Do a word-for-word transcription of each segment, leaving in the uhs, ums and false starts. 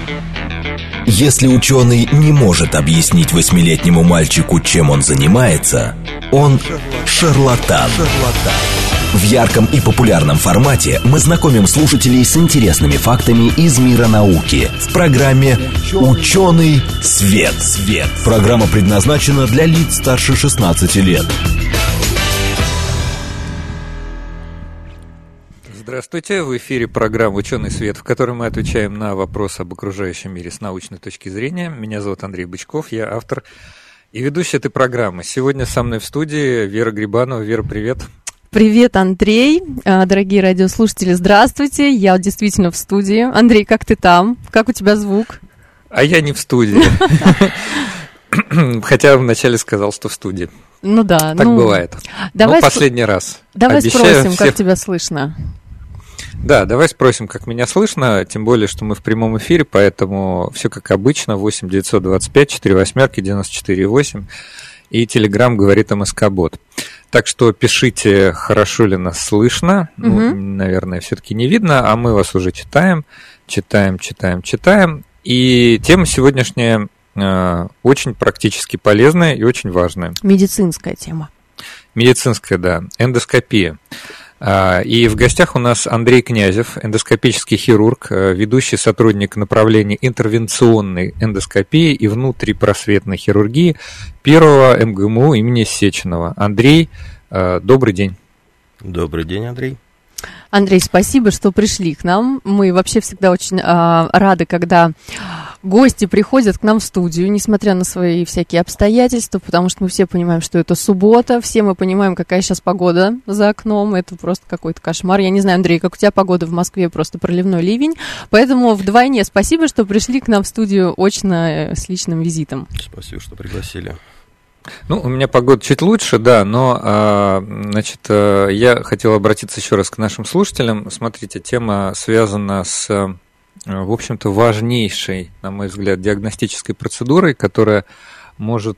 Если ученый не может объяснить восьмилетнему мальчику, чем он занимается, он шарлатан. В ярком и популярном формате мы знакомим слушателей с интересными фактами из мира науки в программе «Ученый свет». Свет. Программа предназначена для лиц старше шестнадцати лет. Здравствуйте, в эфире программа «Ученый свет», в которой мы отвечаем на вопросы об окружающем мире с научной точки зрения. Меня зовут Андрей Бычков, я автор и ведущий этой программы. Сегодня со мной в студии Вера Грибанова. Вера, привет. Привет, Андрей. Дорогие радиослушатели, здравствуйте. Я действительно в студии. Андрей, как ты там? Как у тебя звук? А я не в студии. Хотя вначале сказал, что в студии. Ну да. Так ну, бывает. Давай ну, последний раз. Давай Обещаю спросим, всех... как тебя слышно. Да, давай спросим, как меня слышно, тем более, что мы в прямом эфире, поэтому все как обычно, восемь девятьсот двадцать пять четыре восьмерки девяносто четыре восемь, и Телеграм говорит МСК-бот. Так что пишите, хорошо ли нас слышно, угу. ну, наверное, все-таки не видно, а мы вас уже читаем, читаем, читаем, читаем, и тема сегодняшняя э, очень практически полезная и очень важная. Медицинская тема. Медицинская, да, эндоскопия. И в гостях у нас Андрей Князев, эндоскопический хирург, ведущий сотрудник направления интервенционной эндоскопии и внутрипросветной хирургии первого эм гэ эм у имени Сеченова. Андрей, добрый день. Добрый день, Андрей. Андрей, спасибо, что пришли к нам. Мы вообще всегда очень а, рады, когда гости приходят к нам в студию, несмотря на свои всякие обстоятельства, потому что мы все понимаем, что это суббота, все мы понимаем, какая сейчас погода за окном, это просто какой-то кошмар. Я не знаю, Андрей, как у тебя погода в Москве, просто проливной ливень, поэтому вдвойне спасибо, что пришли к нам в студию очно с личным визитом. Спасибо, что пригласили. Ну, у меня погода чуть лучше, да, но, значит, я хотел обратиться еще раз к нашим слушателям. Смотрите, тема связана с, в общем-то, важнейшей, на мой взгляд, диагностической процедурой, которая может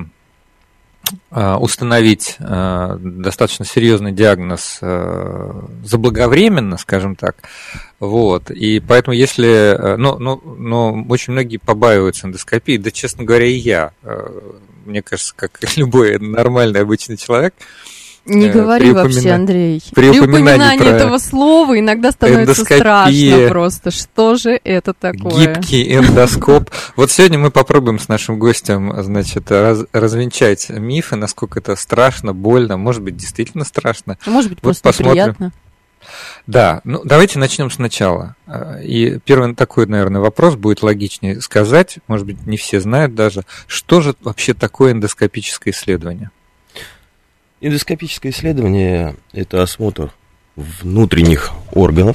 установить достаточно серьезный диагноз заблаговременно, скажем так. Вот. И поэтому, если... Но, но, но очень многие побаиваются эндоскопии, да, честно говоря, и я. Мне кажется, как любой нормальный обычный человек. Не э, говори упомина... вообще, Андрей. При, при упоминании, упоминании про этого слова иногда становится страшно просто. Что же это такое? Гибкий эндоскоп. Вот сегодня мы попробуем с нашим гостем, значит, раз, развенчать мифы, насколько это страшно, больно, может быть, действительно страшно. А может быть, вот просто посмотрим. Приятно. Да, ну давайте начнем сначала. И первый такой, наверное, вопрос будет логичнее сказать, может быть, не все знают даже, что же вообще такое эндоскопическое исследование? Эндоскопическое исследование – это осмотр внутренних органов,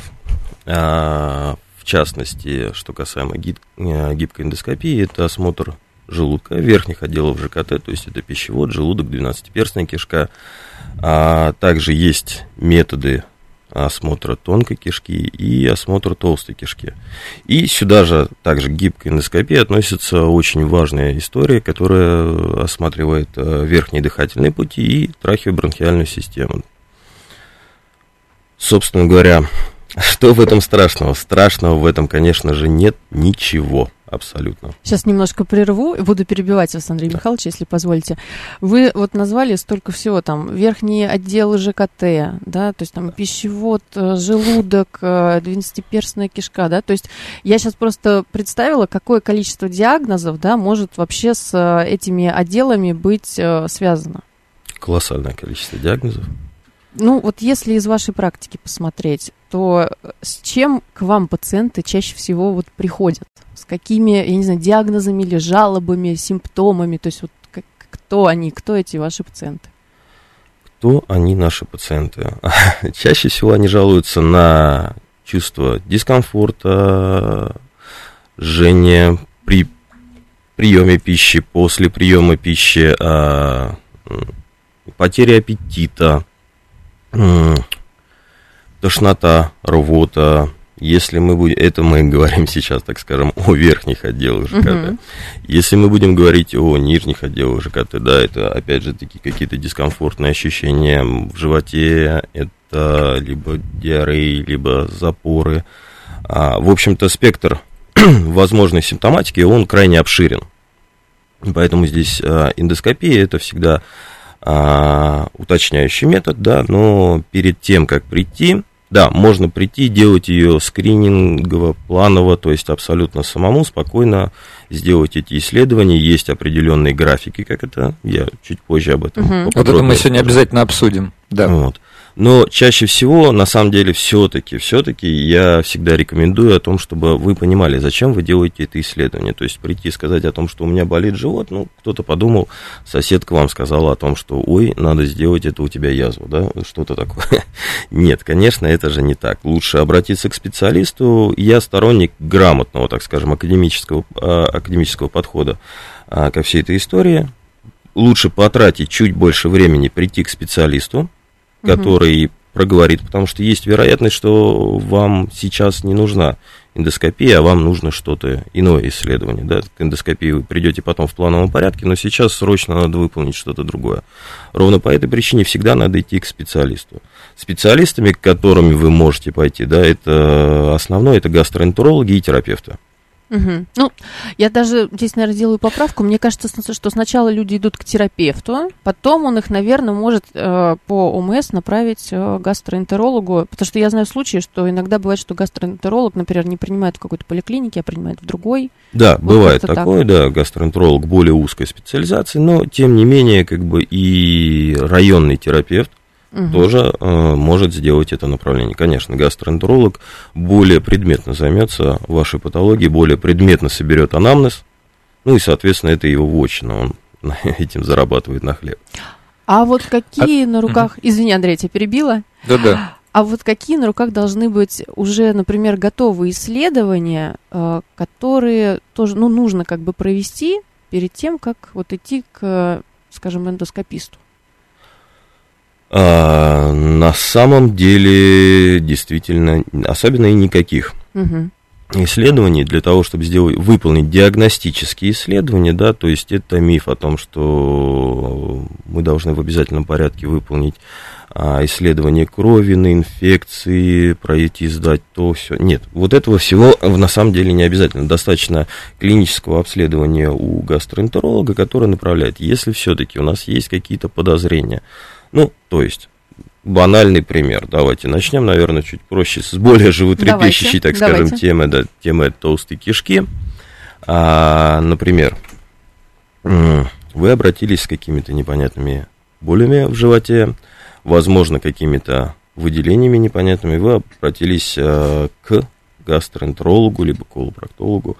в частности, что касаемо гибкой эндоскопии, это осмотр желудка, верхних отделов жэ ка тэ, то есть это пищевод, желудок, двенадцатиперстная кишка, а также есть методы осмотра тонкой кишки и осмотр толстой кишки. И сюда же также к гибкой эндоскопии относится очень важная история, которая осматривает верхние дыхательные пути и трахеобронхиальную систему. Собственно говоря, что в этом страшного? Страшного в этом, конечно же, нет ничего. Абсолютно. Сейчас немножко прерву, буду перебивать вас, Андрей да. Михайлович, если позволите. Вы вот назвали столько всего, там, верхние отделы жэ ка тэ, да, то есть там пищевод, желудок, двенадцатиперстная кишка, да, то есть я сейчас просто представила, какое количество диагнозов, да, может вообще с этими отделами быть связано. Колоссальное количество диагнозов. Ну, вот если из вашей практики посмотреть, то с чем к вам пациенты чаще всего вот приходят? С какими, я не знаю, диагнозами или жалобами, симптомами? То есть вот как, кто они, кто эти ваши пациенты? Кто они, наши пациенты? Чаще всего они жалуются на чувство дискомфорта, жжения при приеме пищи, после приема пищи, потеря аппетита, тошнота, рвота. Если мы будем, это мы говорим сейчас, так скажем, о верхних отделах жэ ка тэ. Uh-huh. Если мы будем говорить о нижних отделах жэ ка тэ, да, это опять же таки какие-то дискомфортные ощущения в животе, это либо диареи, либо запоры. А, в общем-то, спектр возможной симптоматики, он крайне обширен. Поэтому здесь эндоскопия – это всегда уточняющий метод, да, но перед тем, как прийти, да, можно прийти, делать ее скринингово, планово, то есть абсолютно самому, спокойно сделать эти исследования. Есть определенные графики, как это, я чуть позже об этом угу. Вот это мы сегодня обязательно обсудим, да. Вот. Но чаще всего, на самом деле, все-таки, все-таки я всегда рекомендую о том, чтобы вы понимали, зачем вы делаете это исследование. То есть прийти и сказать о том, что у меня болит живот, ну, кто-то подумал, соседка вам сказала о том, что, ой, надо сделать это, у тебя язва, да, что-то такое. Нет, конечно, это же не так. Лучше обратиться к специалисту. Я сторонник грамотного, так скажем, академического, академического подхода ко всей этой истории. Лучше потратить чуть больше времени, прийти к специалисту, который проговорит, потому что есть вероятность, что вам сейчас не нужна эндоскопия, а вам нужно что-то иное исследование. Да? К эндоскопии вы придете потом в плановом порядке, но сейчас срочно надо выполнить что-то другое. Ровно по этой причине всегда надо идти к специалисту. Специалистами, к которым вы можете пойти, да, это основное, это гастроэнтерологи и терапевты. Угу. Ну, я даже здесь, наверное, делаю поправку. Мне кажется, что сначала люди идут к терапевту, потом он их, наверное, может э, по ОМС направить э, гастроэнтерологу, потому что я знаю случаи, что иногда бывает, что гастроэнтеролог, например, не принимает в какой-то поликлинике, а принимает в другой. Да, вот бывает такое, так. Да, гастроэнтеролог более узкой специализации, но, тем не менее, как бы и районный терапевт Угу. тоже э, может сделать это направление. Конечно, гастроэнтеролог более предметно займется вашей патологией, более предметно соберет анамнез, ну и, соответственно, это его вотчина, он этим зарабатывает на хлеб. А вот какие а... на руках... Извини, Андрей, я тебя перебила. Да-да. А вот какие на руках должны быть уже, например, готовые исследования, э, которые тоже, ну, нужно как бы провести перед тем, как вот идти к, скажем, эндоскописту? А, на самом деле, действительно, особенно и никаких угу. исследований для того, чтобы сделать, выполнить диагностические исследования, да, то есть это миф о том, что мы должны в обязательном порядке выполнить а, исследование крови на инфекции, пройти, сдать то, все. Нет, вот этого всего на самом деле не обязательно. Достаточно клинического обследования у гастроэнтеролога, который направляет. Если все-таки у нас есть какие-то подозрения, ну, то есть, банальный пример. Давайте начнем, наверное, чуть проще, с более животрепещущей, так скажем, давайте. темы, да, темы толстой кишки. А, например, вы обратились с какими-то непонятными болями в животе, возможно, какими-то выделениями непонятными, вы обратились а, к гастроэнтерологу, либо колопроктологу.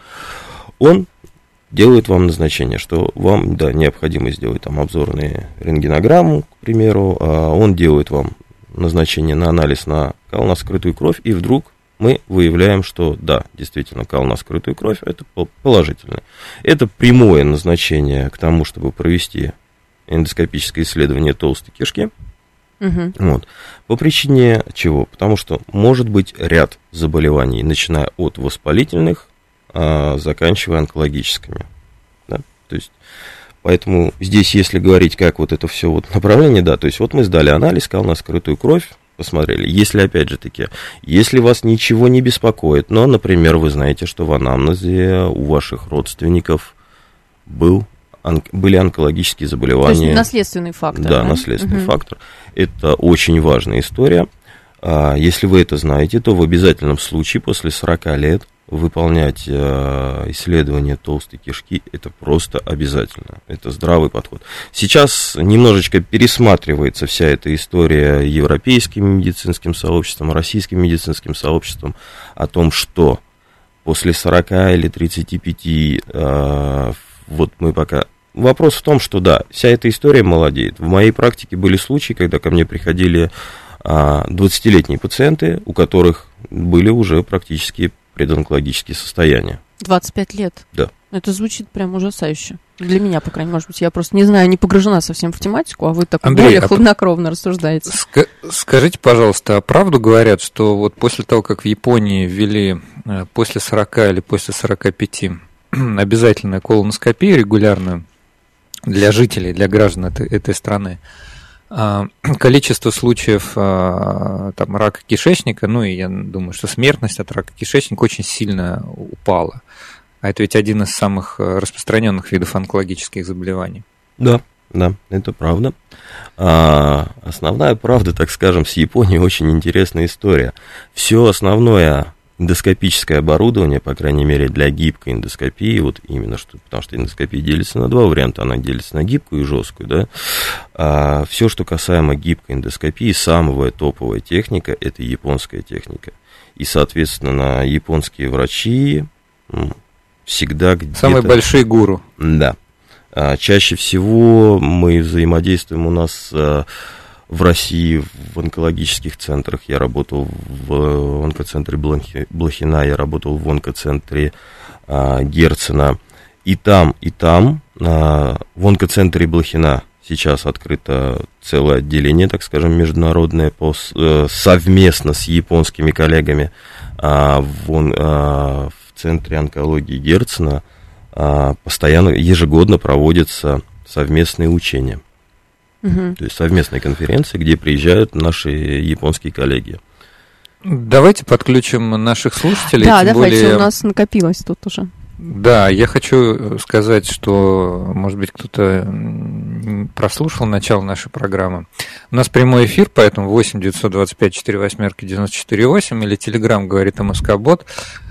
Он делает вам назначение, что вам, да, необходимо сделать там обзорную рентгенограмму, к примеру, а он делает вам назначение на анализ на кал на скрытую кровь, и вдруг мы выявляем, что да, действительно, кал на скрытую кровь, это положительно. Это прямое назначение к тому, чтобы провести эндоскопическое исследование толстой кишки. Угу. Вот. По причине чего? Потому что может быть ряд заболеваний, начиная от воспалительных, заканчивая онкологическими. Да? То есть, поэтому здесь, если говорить, как вот это все вот направление, да, то есть вот мы сдали анализ, кал на скрытую кровь, посмотрели. Если, опять же таки, если вас ничего не беспокоит, но, например, вы знаете, что в анамнезе у ваших родственников был, он, были онкологические заболевания. То есть наследственный фактор. Да, да? наследственный угу. фактор. Это очень важная история. Если вы это знаете, то в обязательном случае после сорока лет выполнять э, исследование толстой кишки – это просто обязательно, это здравый подход. Сейчас немножечко пересматривается вся эта история европейским медицинским сообществом, российским медицинским сообществом о том, что после сорока или тридцати пяти, э, вот мы пока… Вопрос в том, что да, вся эта история молодеет. В моей практике были случаи, когда ко мне приходили э, двадцатилетние пациенты, у которых были уже практически предонкологические состояния. двадцать пять лет? Да. Это звучит прям ужасающе. Для меня, по крайней мере, может быть, я просто не знаю, не погружена совсем в тематику, а вы так Андрей, более а хладнокровно рассуждаете. Ска- скажите, пожалуйста, а правду говорят, что вот после того, как в Японии ввели после сорока или после сорока пяти обязательную колоноскопию регулярную для жителей, для граждан этой, этой страны, количество случаев там, рака кишечника, ну и я думаю, что смертность от рака кишечника очень сильно упала. А это ведь один из самых распространенных видов онкологических заболеваний. Да, да, это правда. А, основная правда, так скажем, с Японией очень интересная история. Все основное эндоскопическое оборудование, по крайней мере, для гибкой эндоскопии, вот именно что, потому что эндоскопия делится на два варианта, она делится на гибкую и жесткую, да. А все, что касаемо гибкой эндоскопии, самая топовая техника – это японская техника. И, соответственно, японские врачи всегда где-то… Самые большие гуру. Да. А чаще всего мы взаимодействуем у нас… В России, в онкологических центрах я работал в онкоцентре Блохина, я работал в онкоцентре а, Герцена. И там, и там, а, в онкоцентре Блохина сейчас открыто целое отделение, так скажем, международное, по, э, совместно с японскими коллегами а, в, он, а, в центре онкологии Герцена а, постоянно, ежегодно проводятся совместные учения. Угу. То есть совместные конференции, где приезжают наши японские коллеги. Давайте подключим наших слушателей. Да, тем давайте, более... у нас накопилось тут уже. Да, я хочу сказать, что, может быть, кто-то прослушал начало нашей программы. У нас прямой эфир, поэтому восемь девятьсот двадцать пять сорок восемь девяносто четыре восемь или Телеграм говорит МСК-бот.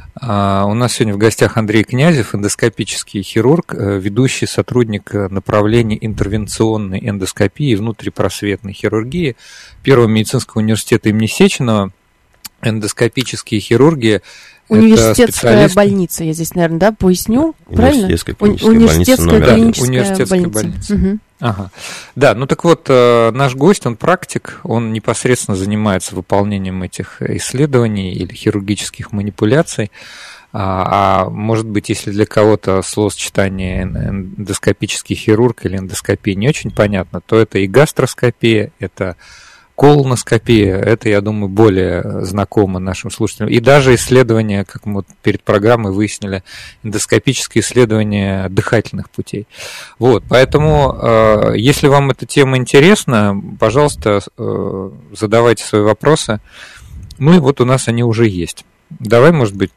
Uh, у нас сегодня в гостях Андрей Князев, эндоскопический хирург, ведущий сотрудник направления интервенционной эндоскопии и внутрипросветной хирургии Первого медицинского университета имени Сеченова. Эндоскопические хирурги. Университетская специалист... больница, я здесь, наверное, да, поясню, правильно? Университетская клиническая Университетская больница номер клиническая Университетская больница. больница. Угу. Ага. Да, ну так вот, наш гость, он практик, он непосредственно занимается выполнением этих исследований или хирургических манипуляций. А, а может быть, если для кого-то словосочетание эндоскопический хирург или эндоскопия не очень понятно, то это и гастроскопия, это колоноскопия, это, я думаю, более знакомо нашим слушателям. И даже исследования, как мы вот перед программой выяснили, эндоскопические исследования дыхательных путей. Вот, поэтому, э, если вам эта тема интересна, пожалуйста, э, задавайте свои вопросы. Ну и вот у нас они уже есть. Давай, может быть,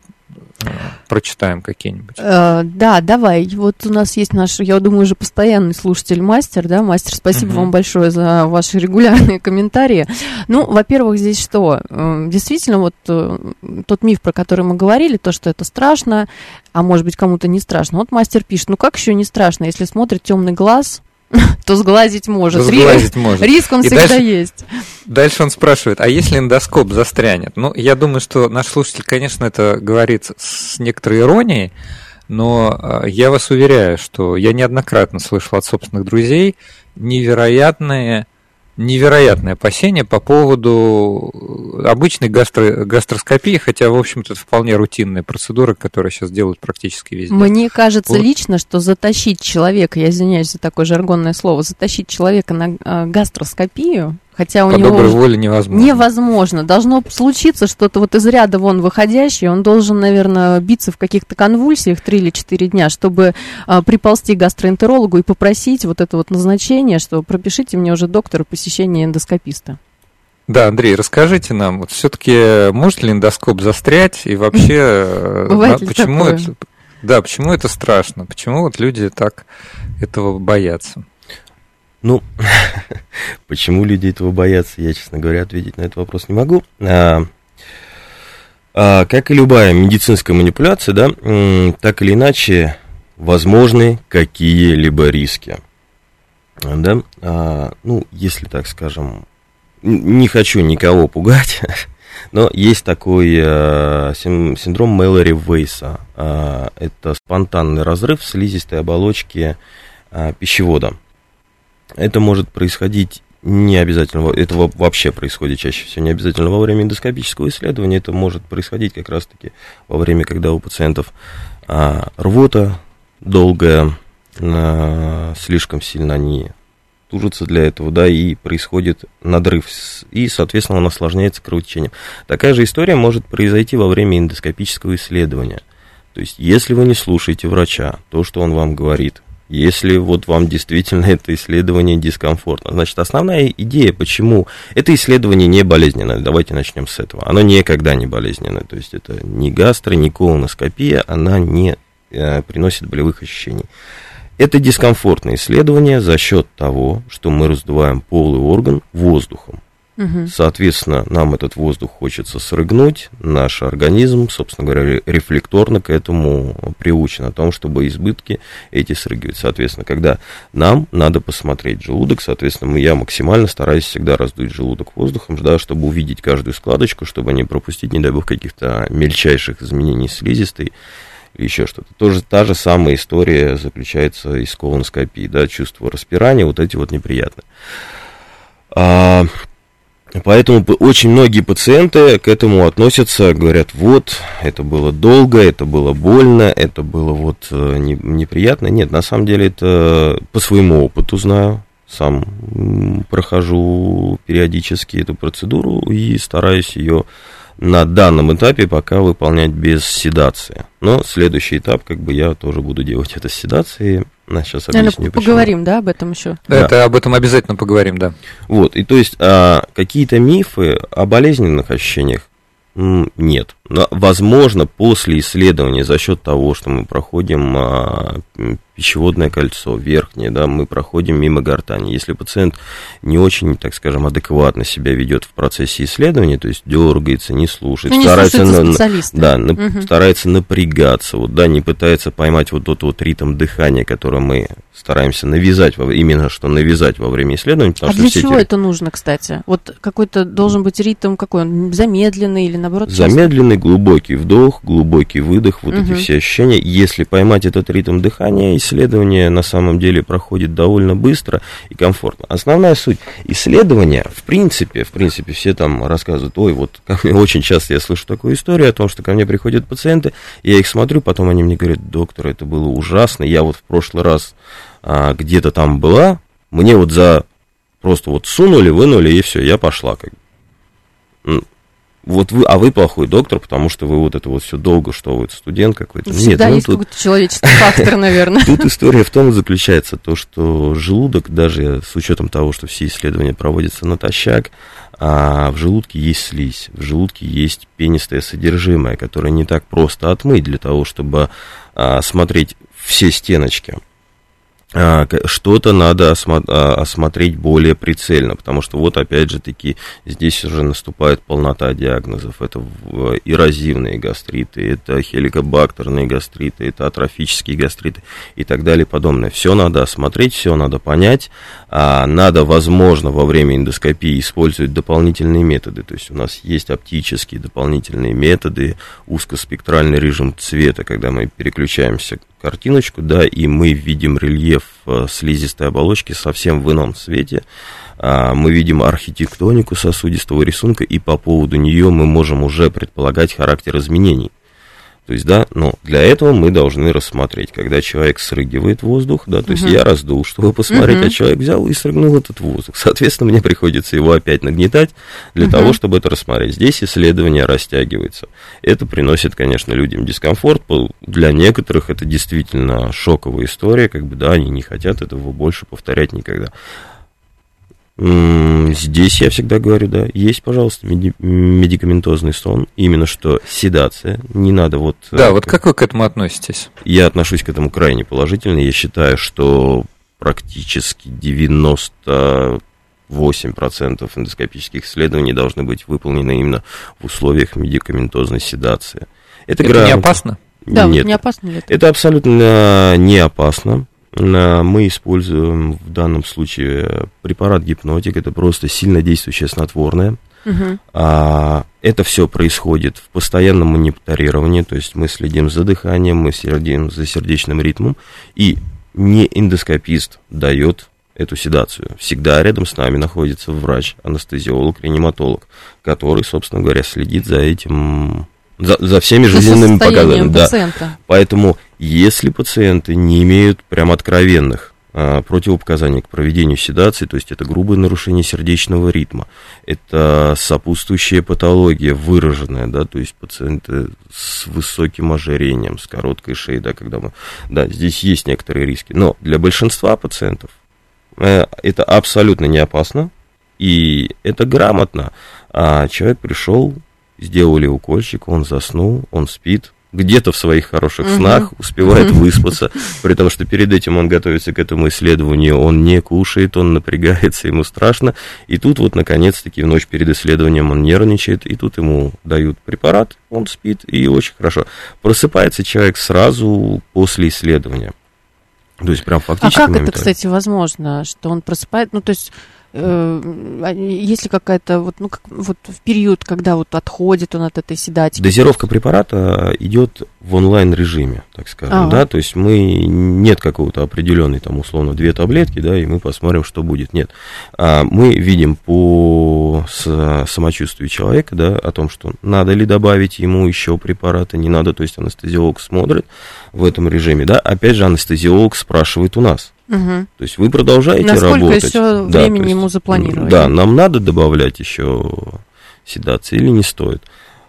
прочитаем какие-нибудь. Uh, да, давай. Вот у нас есть наш, я думаю, уже постоянный слушатель Мастер, да, Мастер, спасибо uh-huh. вам большое за ваши регулярные комментарии. Ну, во-первых, здесь что? Действительно, вот тот миф, про который мы говорили, то, что это страшно, а может быть, кому-то не страшно. Вот Мастер пишет, ну как еще не страшно, если смотрит темный глаз, то сглазить может. То сглазить Риск, может. Риск он И всегда дальше, есть. Дальше он спрашивает, а если эндоскоп застрянет? Ну, я думаю, что наш слушатель, конечно, это говорит с некоторой иронией, но я вас уверяю, что я неоднократно слышал от собственных друзей невероятные, невероятные опасения по поводу обычной гастро, гастроскопии, хотя, в общем-то, это вполне рутинная процедура, которую сейчас делают практически везде. Мне кажется вот. лично, что затащить человека, я извиняюсь за такое жаргонное слово, затащить человека на э, гастроскопию, хотя у по него доброй воле невозможно. Невозможно. Должно случиться что-то вот из ряда вон выходящее. Он должен, наверное, биться в каких-то конвульсиях три или четыре дня, чтобы э, приползти к гастроэнтерологу и попросить вот это вот назначение, что пропишите мне уже доктора посещение эндоскописта. Да, Андрей, расскажите нам, вот все-таки может ли эндоскоп застрять и вообще Бывает ли почему такое? это, да, почему это страшно, почему вот люди так этого боятся? Ну, почему люди этого боятся, я, честно говоря, ответить на этот вопрос не могу. А, а, как и любая медицинская манипуляция, да, так или иначе возможны какие-либо риски. Да? А, ну, если так скажем, не хочу никого пугать, но есть такой а, синдром Мэллори-Вейса. А, это спонтанный разрыв слизистой оболочки а, пищевода. Это может происходить не обязательно, это вообще происходит чаще всего не обязательно во время эндоскопического исследования, это может происходить как раз-таки во время, когда у пациентов а, рвота долгая, а, слишком сильно они тужатся для этого, да, и происходит надрыв, и, соответственно, он осложняется кровотечением. Такая же история может произойти во время эндоскопического исследования. То есть, если вы не слушаете врача, то, что он вам говорит, Если вот вам действительно это исследование дискомфортно. Значит, основная идея, почему это исследование не болезненное, давайте начнем с этого. Оно никогда не болезненное, то есть это не гастро, не колоноскопия, она не э, приносит болевых ощущений. Это дискомфортное исследование за счет того, что мы раздуваем полый орган воздухом. Угу. Соответственно, нам этот воздух хочется срыгнуть, наш организм, собственно говоря, рефлекторно к этому приучен, о том, чтобы избытки эти срыгивать. Соответственно, когда нам надо посмотреть желудок, соответственно, я максимально стараюсь всегда раздуть желудок воздухом, да, чтобы увидеть каждую складочку, чтобы не пропустить, не дай бог, каких-то мельчайших изменений слизистой или еще что-то. Тоже та же самая история заключается и с колоноскопией, да, чувство распирания, вот эти вот неприятные. А... Поэтому очень многие пациенты к этому относятся, говорят, вот, это было долго, это было больно, это было вот неприятно. Нет, на самом деле это по своему опыту знаю, сам прохожу периодически эту процедуру и стараюсь ее на данном этапе пока выполнять без седации. Но следующий этап, как бы я тоже буду делать это с седацией. Сейчас объясню, Наверное, поговорим, да, об этом еще? Да, это об этом обязательно поговорим, да. Вот, и то есть а, какие-то мифы о болезненных ощущениях нет. Но, возможно, после исследования за счет того, что мы проходим а, пищеводное кольцо верхнее, да, мы проходим мимо гортани. Если пациент не очень, так скажем, адекватно себя ведет в процессе исследования, то есть дергается, не слушает, ну, не старается, на, да, на, угу. старается напрягаться, вот, да, не пытается поймать вот тот вот ритм дыхания, который мы стараемся навязать, во, именно что навязать во время исследования. А что для все чего эти... это нужно, кстати? Вот какой-то должен быть ритм, какой он, замедленный или наоборот? Замедленный, глубокий вдох, глубокий выдох, вот угу. эти все ощущения. Если поймать этот ритм дыхания, исследование на самом деле проходит довольно быстро и комфортно. Основная суть исследования, в принципе, в принципе, все там рассказывают, ой, вот ко мне очень часто я слышу такую историю о том, что ко мне приходят пациенты, я их смотрю, потом они мне говорят, доктор, это было ужасно, я вот в прошлый раз а, где-то там была, мне вот за просто вот сунули, вынули, и все, я пошла как бы. Вот вы, а вы плохой доктор, потому что вы вот это вот все долго, что вы студент какой-то. Всегда Нет, ну, есть тут, какой-то человеческий фактор, наверное. Тут история в том и заключается, то, что желудок, даже с учетом того, что все исследования проводятся натощак, а в желудке есть слизь, в желудке есть пенистое содержимое, которое не так просто отмыть для того, чтобы а, смотреть все стеночки. Что-то надо осмотреть более прицельно, потому что вот опять же таки здесь уже наступает полнота диагнозов. Это эрозивные гастриты, это хеликобактерные гастриты, это атрофические гастриты и так далее и подобное. Все надо осмотреть, все надо понять. Надо, возможно, во время эндоскопии использовать дополнительные методы. То есть у нас есть оптические дополнительные методы, узкоспектральный режим цвета, когда мы переключаемся картиночку, да, и мы видим рельеф слизистой оболочки совсем в ином цвете. Мы видим архитектонику сосудистого рисунка, и по поводу нее мы можем уже предполагать характер изменений. То есть, да, но для этого мы должны рассмотреть, когда человек срыгивает воздух, да, то uh-huh. есть я раздул, чтобы посмотреть, uh-huh. а человек взял и срыгнул этот воздух. Соответственно, мне приходится его опять нагнетать для uh-huh. того, чтобы это рассмотреть. Здесь исследование растягивается. Это приносит, конечно, людям дискомфорт. Для некоторых это действительно шоковая история, как бы, да, они не хотят этого больше повторять никогда. Здесь я всегда говорю, да, есть, пожалуйста, меди- медикаментозный сон, именно что седация, не надо вот... Да, вот как вы к этому относитесь? Я отношусь к этому крайне положительно, я считаю, что практически девяносто восемь процентов эндоскопических исследований должны быть выполнены именно в условиях медикаментозной седации. Это, это грамотно. Не опасно? Да, Нет, не опасно ли это? Это абсолютно не опасно. Мы используем в данном случае препарат-гипнотик, это просто сильно действующее снотворное. Угу. Это все происходит в постоянном мониторировании, то есть мы следим за дыханием, мы следим за сердечным ритмом, и не эндоскопист дает эту седацию. Всегда рядом с нами находится врач, анестезиолог, реаниматолог, который, собственно говоря, следит за этим... За, за всеми жизненными показателями. Да. Поэтому, если пациенты не имеют прям откровенных противопоказания к проведению седации, то есть это грубое нарушение сердечного ритма, это сопутствующая патология выраженная, да, то есть пациенты с высоким ожирением, с короткой шеей, да, когда мы, да, здесь есть некоторые риски, но для большинства пациентов это абсолютно не опасно, и это грамотно. А человек пришел, сделали укольчик, он заснул, он спит, где-то в своих хороших снах uh-huh. успевает выспаться, при том, что перед этим он готовится к этому исследованию, он не кушает, он напрягается, ему страшно, и тут вот, наконец-таки, в ночь перед исследованием он нервничает, и тут ему дают препарат, он спит, и очень хорошо. Просыпается человек сразу после исследования. То есть прям фактически... А как это, кстати, возможно, что он просыпает, ну, то есть... Есть ли какая-то, вот, ну, как, вот в период, когда вот отходит он от этой седатики? Дозировка препарата идет в онлайн-режиме, так скажем, А-а-а. да, то есть мы, нет какого-то определенной, там, условно, две таблетки, да, и мы посмотрим, что будет, нет. А мы видим по самочувствию человека, да, о том, что надо ли добавить ему еще препарата, не надо, то есть анестезиолог смотрит в этом режиме, да, опять же анестезиолог спрашивает у нас. Угу. То есть вы продолжаете Насколько работать. Насколько еще да, времени есть, ему запланировали? Да, нам надо добавлять еще седации или не стоит.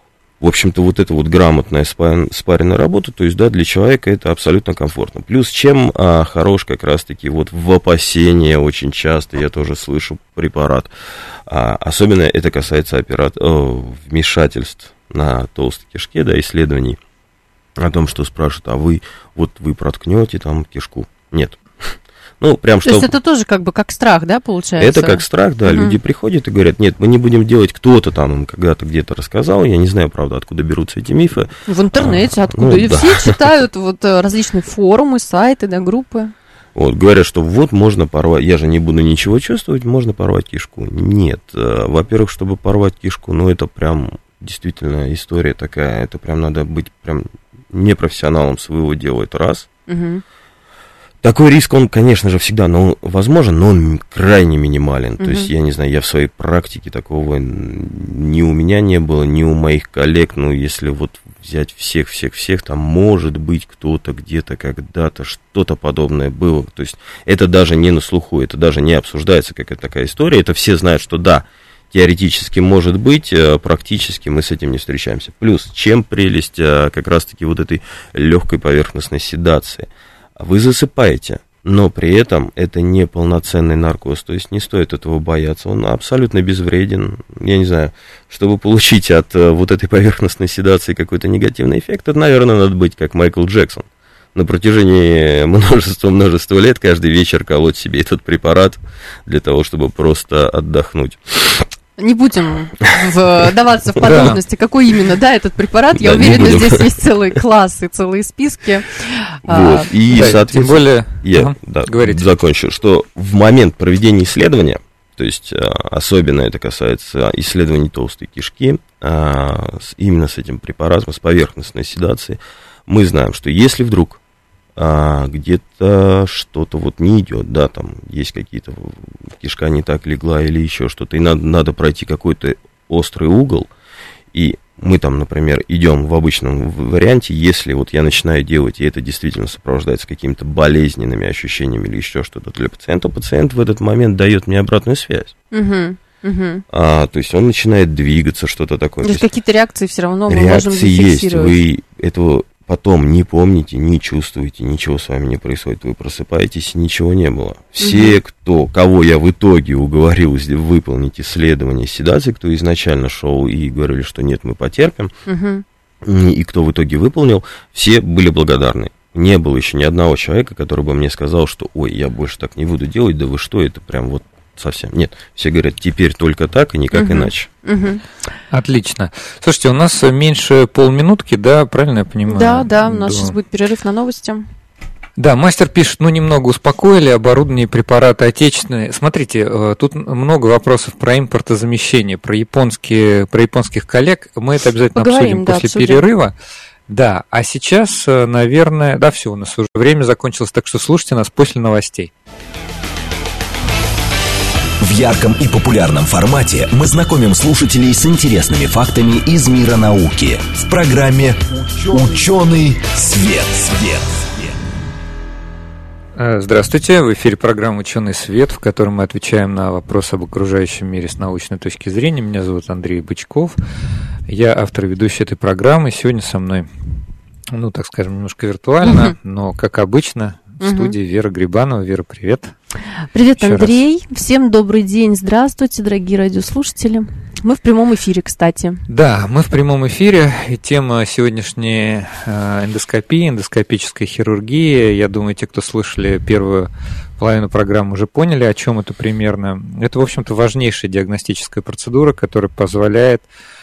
В общем-то, вот эта вот грамотная спаренная работа, то есть, да, для человека это абсолютно комфортно. Плюс, чем а, хорош как раз-таки вот в опасение очень часто, я тоже слышу препарат, а, особенно это касается операт... О, вмешательств на толстой кишке, да, исследований о том, что спрашивают, а вы, вот вы проткнете там кишку? Нет. Ну, прям что... То есть это тоже как бы как страх, да, получается? Это как страх, да, угу. Люди приходят и говорят, нет, мы не будем делать, кто-то там им когда-то где-то рассказал, я не знаю, правда, откуда берутся эти мифы. В интернете, а, откуда, ну, и да. все читают вот различные форумы, сайты, да, группы. Вот, говорят, что вот можно порвать, я же не буду ничего чувствовать, можно порвать кишку. Нет, во-первых, чтобы порвать кишку, ну, это прям действительно история такая, это прям надо быть прям непрофессионалом своего дела, это раз. Угу. Такой риск, он, конечно же, всегда ну, возможен, но он крайне минимален. Mm-hmm. То есть, я не знаю, я в своей практике такого ни у меня не было, ни у моих коллег. Ну, если вот взять всех-всех-всех, там, может быть, кто-то где-то когда-то что-то подобное было. То есть, это даже не на слуху, это даже не обсуждается, как это такая история. Это все знают, что да, теоретически может быть, практически мы с этим не встречаемся. Плюс, чем прелесть как раз-таки вот этой легкой поверхностной седации. Вы засыпаете, но при этом это не полноценный наркоз, то есть не стоит этого бояться, он абсолютно безвреден. Я не знаю, чтобы получить от вот этой поверхностной седации какой-то негативный эффект, это, наверное, надо быть как Майкл Джексон. На протяжении множества-множества лет каждый вечер колоть себе этот препарат для того, чтобы просто отдохнуть. Не будем вдаваться в подробности, какой именно, да, этот препарат. Я да, уверена, здесь есть целые классы, целые списки. Вот. И, да, соответственно, тем более... я ага, да, закончу, что в момент проведения исследования, то есть особенно это касается исследований толстой кишки, именно с этим препаратом, с поверхностной седацией, мы знаем, что если вдруг а где-то что-то вот не идет, да, там есть какие-то, кишка не так легла или еще что-то, и надо, надо пройти какой-то острый угол, и мы там, например, идем в обычном варианте, если вот я начинаю делать, и это действительно сопровождается какими-то болезненными ощущениями или еще что-то для пациента, пациент в этот момент дает мне обратную связь. Угу. Угу. А, то есть он начинает двигаться, что-то такое. То есть какие-то реакции все равно мы реакции можем зафиксировать. Есть, вы этого потом не помните, не чувствуете, ничего с вами не происходит, вы просыпаетесь, ничего не было. Все, угу. кто, кого я в итоге уговорил выполнить исследование седации, кто изначально шел и говорили, что нет, мы потерпим, угу. и кто в итоге выполнил, все были благодарны. Не было еще ни одного человека, который бы мне сказал, что ой, я больше так не буду делать, да вы что, это прям вот совсем. Нет, все говорят, теперь только так и никак угу. иначе. Угу. Отлично. Слушайте, у нас меньше полминутки, да, правильно я понимаю? Да, да, у нас да. сейчас будет перерыв на новости. Да, мастер пишет, ну, немного успокоили, оборудование, препараты отечественные. Смотрите, тут много вопросов про импортозамещение, про японские, про японских коллег. Мы это обязательно Поговорим, обсудим да, после обсудим. перерыва. Да, а сейчас, наверное, да, все, у нас уже время закончилось, так что слушайте нас после новостей. В ярком и популярном формате мы знакомим слушателей с интересными фактами из мира науки в программе «Ученый свет». свет. Здравствуйте, в эфире программа «Ученый свет», в которой мы отвечаем на вопросы об окружающем мире с научной точки зрения. Меня зовут Андрей Бычков, я автор и ведущий этой программы. Сегодня со мной, ну, так скажем, немножко виртуально, uh-huh. но, как обычно, в uh-huh. студии Вера Грибанова. Вера, привет. Привет, Еще Андрей. раз. Всем добрый день. Здравствуйте, дорогие радиослушатели. Мы в прямом эфире, кстати. Да, мы в прямом эфире, и тема сегодняшней э, эндоскопии, эндоскопической хирургии. Я думаю, те, кто слышали первую половину программы, уже поняли, о чем это примерно. Это, в общем-то, важнейшая диагностическая процедура, которая позволяет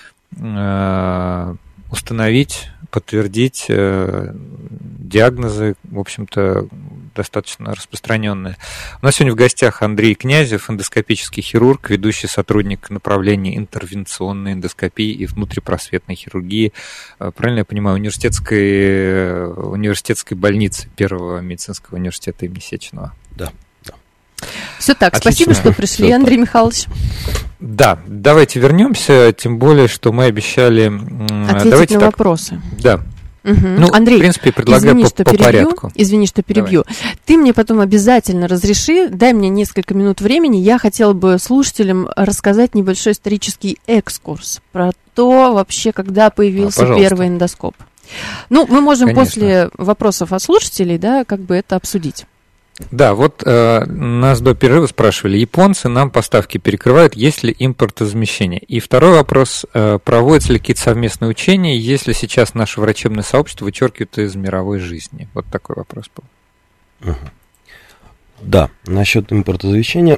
э, установить, подтвердить э, диагнозы, в общем-то, достаточно распространенные. У нас сегодня в гостях Андрей Князев, эндоскопический хирург, ведущий сотрудник направления интервенционной эндоскопии и внутрипросветной хирургии. Правильно я понимаю, университетской, университетской больницы Первого медицинского университета имени Сеченова. Да. да. Все так, Отлично. Спасибо, что пришли, Все Андрей так. Михайлович. Да, давайте вернемся, тем более, что мы обещали... Ответить давайте на так. вопросы. Да. Угу. Ну, Андрей, в принципе, предлагаю извини, по, что по перебью, порядку. Извини, что перебью. Давай. Ты мне потом обязательно разреши, дай мне несколько минут времени. Я хотела бы слушателям рассказать небольшой исторический экскурс про то, вообще, когда появился а, первый эндоскоп. Ну, мы можем Конечно. после вопросов от слушателей, да, как бы это обсудить. Да, вот э, нас до перерыва спрашивали, японцы нам поставки перекрывают, есть ли импортозамещение? И второй вопрос, э, проводятся ли какие-то совместные учения, если сейчас наше врачебное сообщество вычеркивают из мировой жизни? Вот такой вопрос был. Угу. Да, насчет импортозамещения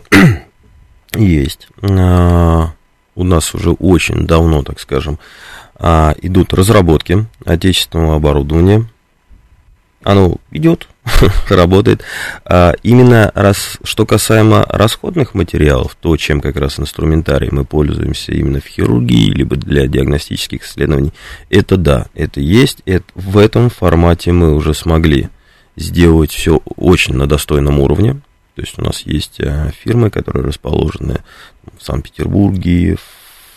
есть. А, у нас уже очень давно, так скажем, а, идут разработки отечественного оборудования. Оно идет, работает. А именно раз, что касаемо расходных материалов, то, чем как раз инструментарий мы пользуемся именно в хирургии, либо для диагностических исследований, это да, это есть. Это, в этом формате мы уже смогли сделать все очень на достойном уровне. То есть у нас есть фирмы, которые расположены в Санкт-Петербурге, в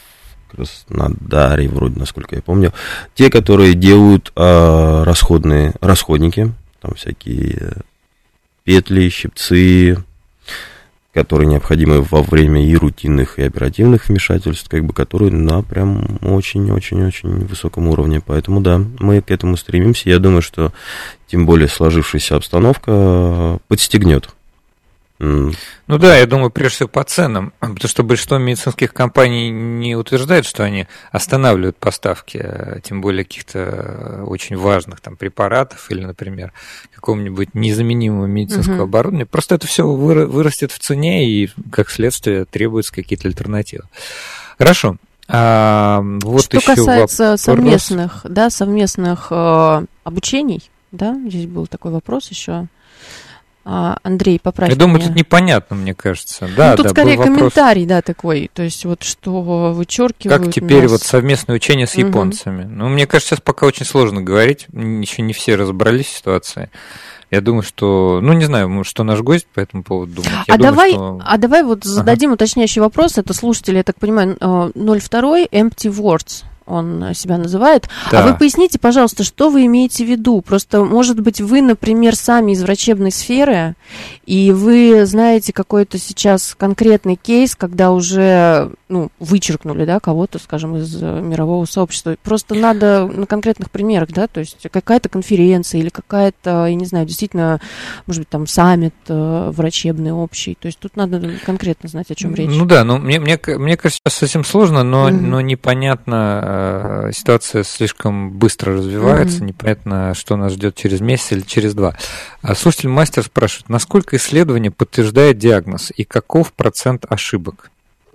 Краснодаре, вроде, насколько я помню, те, которые делают а, расходные расходники, там всякие петли, щипцы, которые необходимы во время и рутинных, и оперативных вмешательств, как бы, которые на прям очень-очень-очень высоком уровне. Поэтому да, мы к этому стремимся. Я думаю, что тем более сложившаяся обстановка подстегнет. Ну да, я думаю, прежде всего по ценам, потому что большинство медицинских компаний не утверждает, что они останавливают поставки, тем более каких-то очень важных там препаратов или, например, какого-нибудь незаменимого медицинского uh-huh. оборудования. Просто это все вырастет в цене и, как следствие, требуются какие-то альтернативы. Хорошо. А, вот что еще касается вопрос. совместных, да, совместных э, обучений, да, здесь был такой вопрос еще. Андрей, поправь Я думаю, меня. тут непонятно, мне кажется. Да, ну, тут да, скорее был комментарий, да, такой, то есть вот что вычеркивают. Как теперь нас... вот совместное учение с японцами? Угу. Ну, мне кажется, сейчас пока очень сложно говорить, еще не все разобрались в ситуации. Я думаю, что, ну, не знаю, что наш гость по этому поводу думает. Я а, думаю, давай, что... а давай вот зададим ага. уточняющий вопрос, это слушатели, я так понимаю, ноль два Empty Words. Он себя называет. Да. А вы поясните, пожалуйста, что вы имеете в виду? Просто, может быть, вы, например, сами из врачебной сферы, и вы знаете какой-то сейчас конкретный кейс, когда уже, ну, вычеркнули, да, кого-то, скажем, из мирового сообщества. Просто надо на конкретных примерах, да, то есть какая-то конференция или какая-то, я не знаю, действительно, может быть, там саммит врачебный общий. То есть тут надо конкретно знать, о чем речь. Ну да, ну, мне, мне, мне кажется, сейчас совсем сложно, но, mm-hmm. но непонятно. Ситуация слишком быстро развивается, mm-hmm. непонятно, что нас ждет через месяц или через два. А слушатель мастер спрашивает, насколько исследование подтверждает диагноз и каков процент ошибок?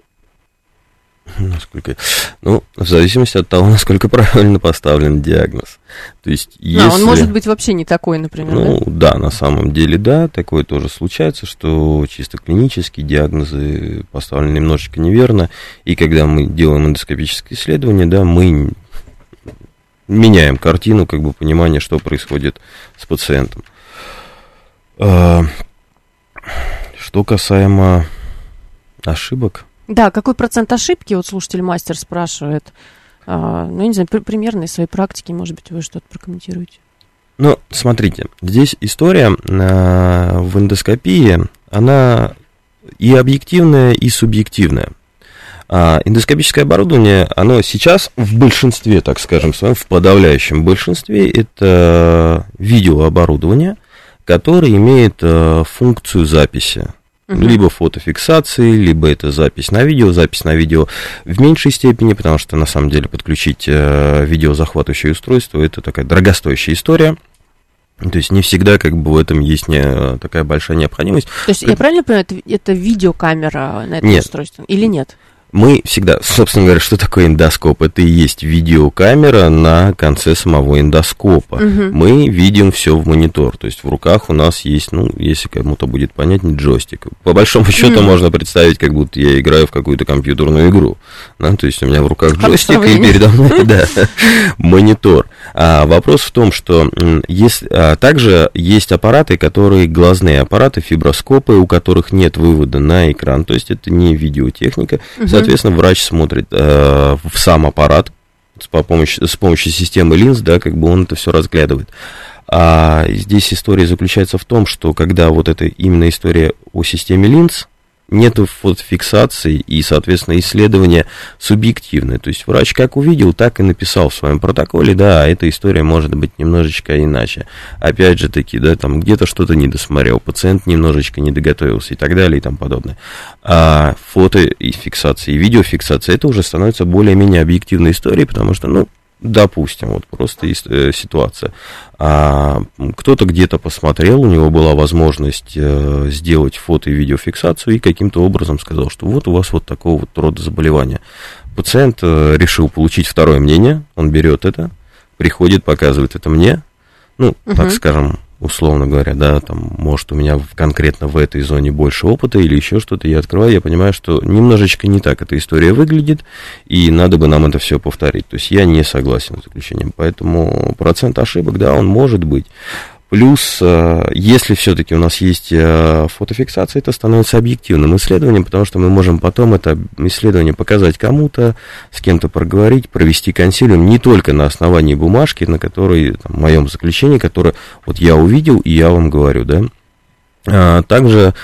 Насколько... Ну, в зависимости от того, насколько правильно поставлен диагноз. То есть, если... Да, он может быть вообще не такой, например, ну, да? да, на самом деле, да, такое тоже случается, что чисто клинические диагнозы поставлены немножечко неверно, и когда мы делаем эндоскопическое исследование, да, мы меняем картину, как бы, понимания, что происходит с пациентом. Что касаемо ошибок... Да, какой процент ошибки, вот слушатель мастер спрашивает, а, ну, я не знаю, при, примерно из своей практики, может быть, вы что-то прокомментируете. Ну, смотрите, здесь история э, в эндоскопии, она и объективная, и субъективная. А эндоскопическое оборудование, оно сейчас в большинстве, так скажем, в подавляющем большинстве, это видеооборудование, которое имеет э, функцию записи. Uh-huh. Либо фотофиксации, либо это запись на видео. Запись на видео в меньшей степени, потому что, на самом деле, подключить э, видеозахватывающее устройство – это такая дорогостоящая история. То есть не всегда как бы в этом есть не, такая большая необходимость. То есть, это... я правильно понимаю, это, это видеокамера на этом нет. устройстве или нет? Мы всегда, собственно говоря, что такое эндоскоп? Это и есть видеокамера на конце самого эндоскопа. Угу. Мы видим все в монитор, то есть в руках у нас есть, ну, если кому-то будет понятнее, джойстик. По большому счету угу. можно представить, как будто я играю в какую-то компьютерную игру. Да? То есть у меня в руках джойстик, и передо мной да, монитор. А вопрос в том, что есть, а, также есть аппараты, которые глазные аппараты, фиброскопы, у которых нет вывода на экран, то есть это не видеотехника. Угу. Соответственно, врач смотрит э, в сам аппарат с, по помощью, с помощью системы линз, да, как бы он это все разглядывает. А здесь история заключается в том, что когда вот эта именно история о системе линз, нет фотофиксации и, соответственно, исследование субъективное. То есть врач как увидел, так и написал в своем протоколе, да, эта история может быть немножечко иначе. Опять же таки, да, там где-то что-то недосмотрел, пациент немножечко не доготовился и так далее и тому подобное. А фото и фиксация, и видеофиксация, это уже становится более-менее объективной историей, потому что, ну, допустим, вот просто ситуация. А, кто-то где-то посмотрел, у него была возможность э, сделать фото- и видеофиксацию и каким-то образом сказал, что вот у вас вот такого вот рода заболевания. Пациент э, решил получить второе мнение, он берет это, приходит, показывает это мне, ну, угу. так скажем, условно говоря, да, там, может, у меня конкретно в этой зоне больше опыта или еще что-то, я открываю, я понимаю, что немножечко не так эта история выглядит, и надо бы нам это все повторить. То есть я не согласен с заключением, поэтому процент ошибок, да, он может быть. Плюс, если все-таки у нас есть фотофиксация, это становится объективным исследованием, потому что мы можем потом это исследование показать кому-то, с кем-то проговорить, провести консилиум не только на основании бумажки, на которой, там, в моем заключении, которое вот я увидел и я вам говорю, да. А также,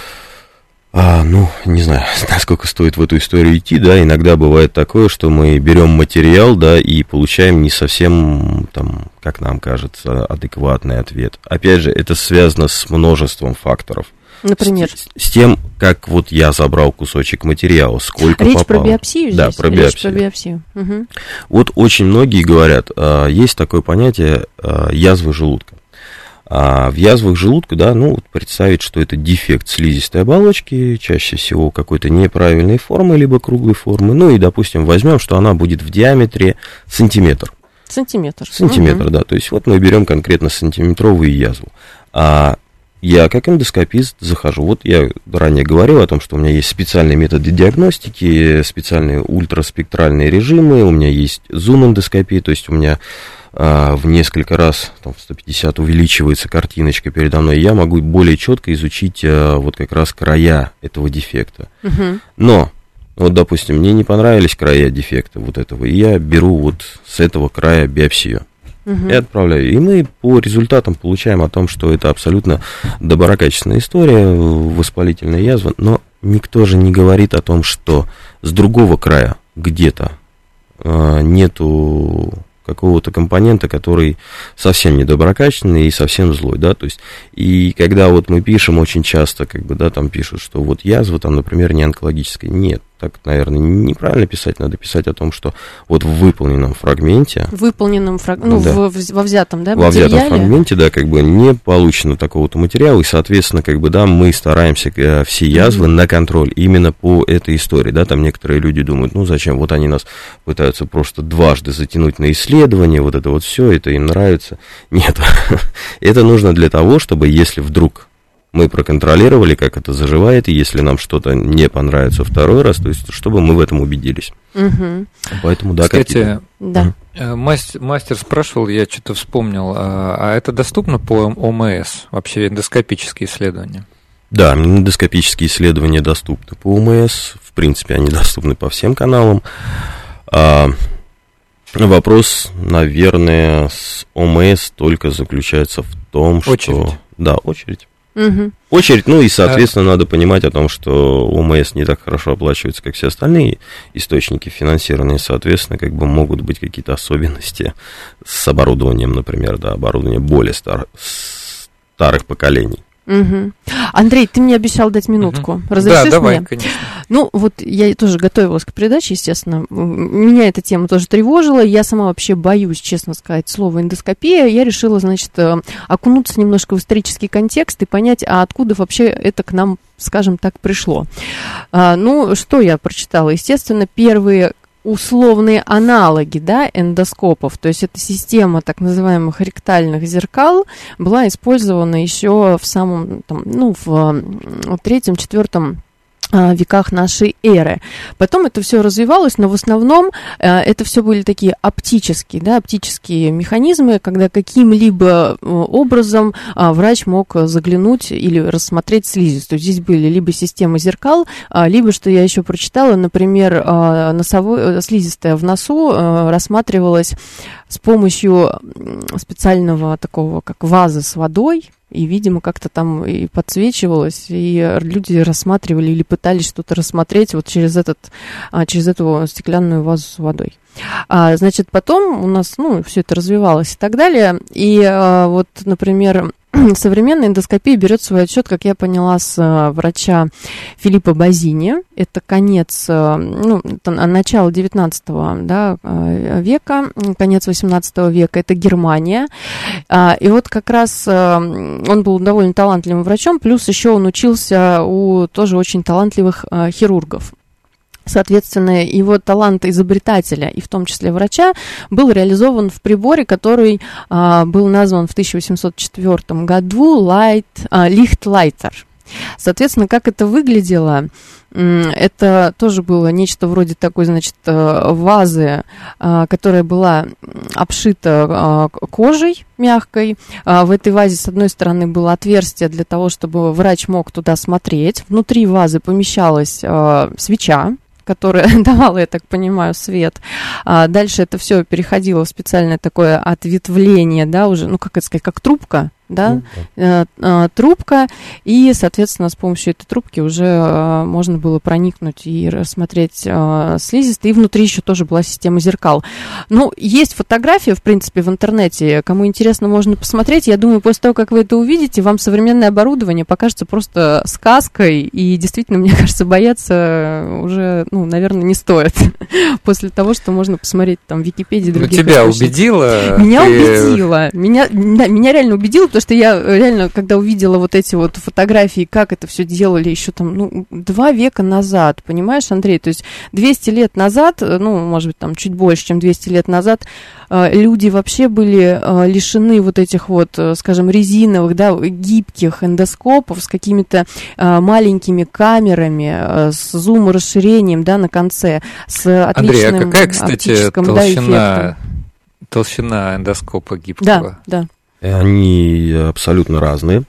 а, ну, не знаю, насколько стоит в эту историю идти, да, иногда бывает такое, что мы берем материал, да, и получаем не совсем, там, как нам кажется, адекватный ответ. Опять же, это связано с множеством факторов. Например? С, с тем, как вот я забрал кусочек материала, сколько Речь попало. Речь про биопсию здесь? Да, про биопсию. Речь про биопсию. Угу. Вот очень многие говорят, есть такое понятие язвы желудка. А в язвах желудка, да, ну, вот представить, что это дефект слизистой оболочки, чаще всего какой-то неправильной формы, либо круглой формы, ну, и, допустим, возьмем, что она будет в диаметре сантиметр. Сантиметр. Сантиметр, угу. да, то есть вот мы берем конкретно сантиметровую язву. А я, как эндоскопист, захожу, вот я ранее говорил о том, что у меня есть специальные методы диагностики, специальные ультраспектральные режимы, у меня есть зум-эндоскопия, то есть у меня в несколько раз, там, в сто пятьдесят увеличивается картиночка передо мной, и я могу более четко изучить вот как раз края этого дефекта. Uh-huh. Но, вот, допустим, мне не понравились края дефекта вот этого, и я беру вот с этого края биопсию. Uh-huh. И отправляю. И мы по результатам получаем о том, что это абсолютно доброкачественная история, воспалительная язва, но никто же не говорит о том, что с другого края где-то э, нету какого-то компонента, который совсем недоброкачественный и совсем злой, да, то есть, и когда вот мы пишем очень часто, как бы, да, там пишут, что вот язва там, например, не онкологическая, нет, так, наверное, неправильно писать, надо писать о том, что вот в выполненном фрагменте... В выполненном фрагменте, ну, да. в, в, во взятом, да, Во материале? взятом фрагменте, да, как бы не получено такого-то материала, и, соответственно, как бы, да, мы стараемся все язвы mm-hmm. на контроль именно по этой истории, да, там некоторые люди думают, ну, зачем, вот они нас пытаются просто дважды затянуть на исследование, вот это вот все, это им нравится. Нет, это нужно для того, чтобы, если вдруг мы проконтролировали, как это заживает, и если нам что-то не понравится второй раз, то есть, чтобы мы в этом убедились. Угу. Поэтому, да, кстати, да. Мастер, мастер спрашивал, я что-то вспомнил, а, а это доступно по ОМС, вообще эндоскопические исследования? Да, эндоскопические исследования доступны по ОМС, в принципе, они доступны по всем каналам. А, Вопрос, наверное, с ОМС только заключается в том, что... Очередь. Да, очередь. Угу. Очередь, ну и, соответственно, а... надо понимать о том, что ОМС не так хорошо оплачивается, как все остальные источники финансирования, соответственно, как бы могут быть какие-то особенности с оборудованием, например, да, оборудование более стар... старых поколений. Угу. Андрей, ты мне обещал дать минутку. Угу. Разрешишь да, давай, мне? Конечно. Ну, вот я тоже готовилась к передаче, естественно. Меня эта тема тоже тревожила. Я сама вообще боюсь, честно сказать, слова эндоскопия. Я решила, значит, окунуться немножко в исторический контекст и понять, а откуда вообще это к нам, скажем так, пришло. А, ну, что я прочитала? Естественно, первые условные аналоги, да, эндоскопов, то есть эта система так называемых ректальных зеркал была использована еще в самом, там, ну, в третьем-четвертом веках нашей эры. Потом это все развивалось, но в основном э, это все были такие оптические, да, оптические механизмы, когда каким-либо образом э, врач мог заглянуть или рассмотреть слизистую. Здесь были либо системы зеркал, э, либо, что я еще прочитала, например, э, носовой, слизистая в носу э, рассматривалась с помощью специального такого, как вазы с водой, и, видимо, как-то там и подсвечивалось, и люди рассматривали или пытались что-то рассмотреть вот через, этот, через эту стеклянную вазу с водой. А, значит, потом у нас, ну, все это развивалось и так далее. И а, вот, например, современная эндоскопия берет свой отчет, как я поняла, с а, врача Филиппо Базини. Это конец, а, ну, это начало девятнадцатого, да, века, конец восемнадцатого века. Это Германия. А, и вот как раз а, он был довольно талантливым врачом, плюс еще он учился у тоже очень талантливых а, хирургов. Соответственно, его талант изобретателя, и в том числе врача, был реализован в приборе, который а, был назван в тысяча восемьсот четвёртом году Light, а, Lichtleiter. Соответственно, как это выглядело? Это тоже было нечто вроде такой, значит, вазы, которая была обшита кожей мягкой. В этой вазе, с одной стороны, было отверстие для того, чтобы врач мог туда смотреть. Внутри вазы помещалась свеча, которая давала, я так понимаю, свет. А дальше это все переходило в специальное такое ответвление, да, уже, ну, как это сказать, как трубка, да, mm-hmm. э, э, трубка, и, соответственно, с помощью этой трубки уже э, можно было проникнуть и рассмотреть э, слизистые, и внутри еще тоже была система зеркал. Ну, есть фотография, в принципе, в интернете, кому интересно, можно посмотреть. Я думаю, после того, как вы это увидите, вам современное оборудование покажется просто сказкой, и действительно, мне кажется, бояться уже, ну, наверное, не стоит после того, что можно посмотреть там в Википедии, других источников. Тебя убедило? Меня ты... убедило. Меня, да, меня реально убедило, потому что я реально, когда увидела вот эти вот фотографии, как это все делали еще там, ну, два века назад, понимаешь, Андрей? То есть двести лет назад, ну, может быть, там чуть больше, чем двести лет назад, люди вообще были лишены вот этих вот, скажем, резиновых, да, гибких эндоскопов с какими-то маленькими камерами, с зум-расширением, да, на конце, с отличным Андрей, а какая, кстати, оптическим, толщина, да, эффектом? толщина эндоскопа гибкого? Да, да. Они абсолютно разные.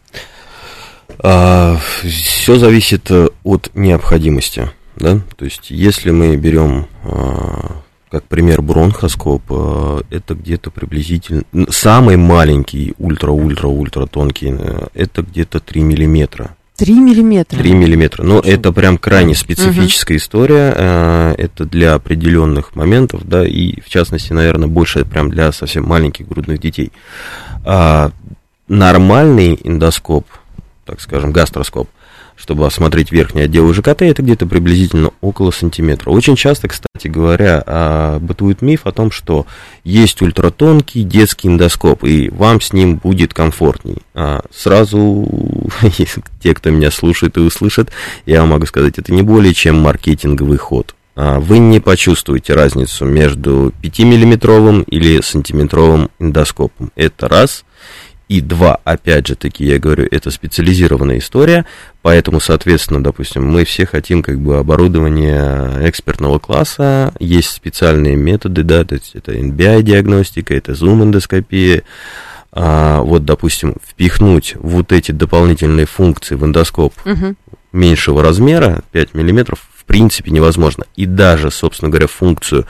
Все зависит от необходимости, да? То есть, если мы берем, как пример, бронхоскоп, это где-то приблизительно... Самый маленький, ультра-ультра-ультра тонкий, это где-то три миллиметра. три миллиметра? три миллиметра. Но Очень... это прям крайне специфическая угу. история. Это для определенных моментов, да, и, в частности, наверное, больше прям для совсем маленьких грудных детей. А нормальный эндоскоп, так скажем, гастроскоп, чтобы осмотреть верхний отдел ЖКТ, это где-то приблизительно около сантиметра. Очень часто, кстати говоря, бытует миф о том, что есть ультратонкий детский эндоскоп, и вам с ним будет комфортней. Сразу, те, кто меня слушает и услышит, я вам могу сказать, это не более чем маркетинговый ход. Вы не почувствуете разницу между пятимиллиметровым или сантиметровым эндоскопом. Это раз. И два, опять же таки, я говорю, это специализированная история, поэтому, соответственно, допустим, мы все хотим как бы оборудование экспертного класса, есть специальные методы, да, то есть это эн би ай-диагностика, это зум-эндоскопия. А, вот, допустим, впихнуть вот эти дополнительные функции в эндоскоп угу. меньшего размера, пять миллиметров, в принципе невозможно. И даже, собственно говоря, функцию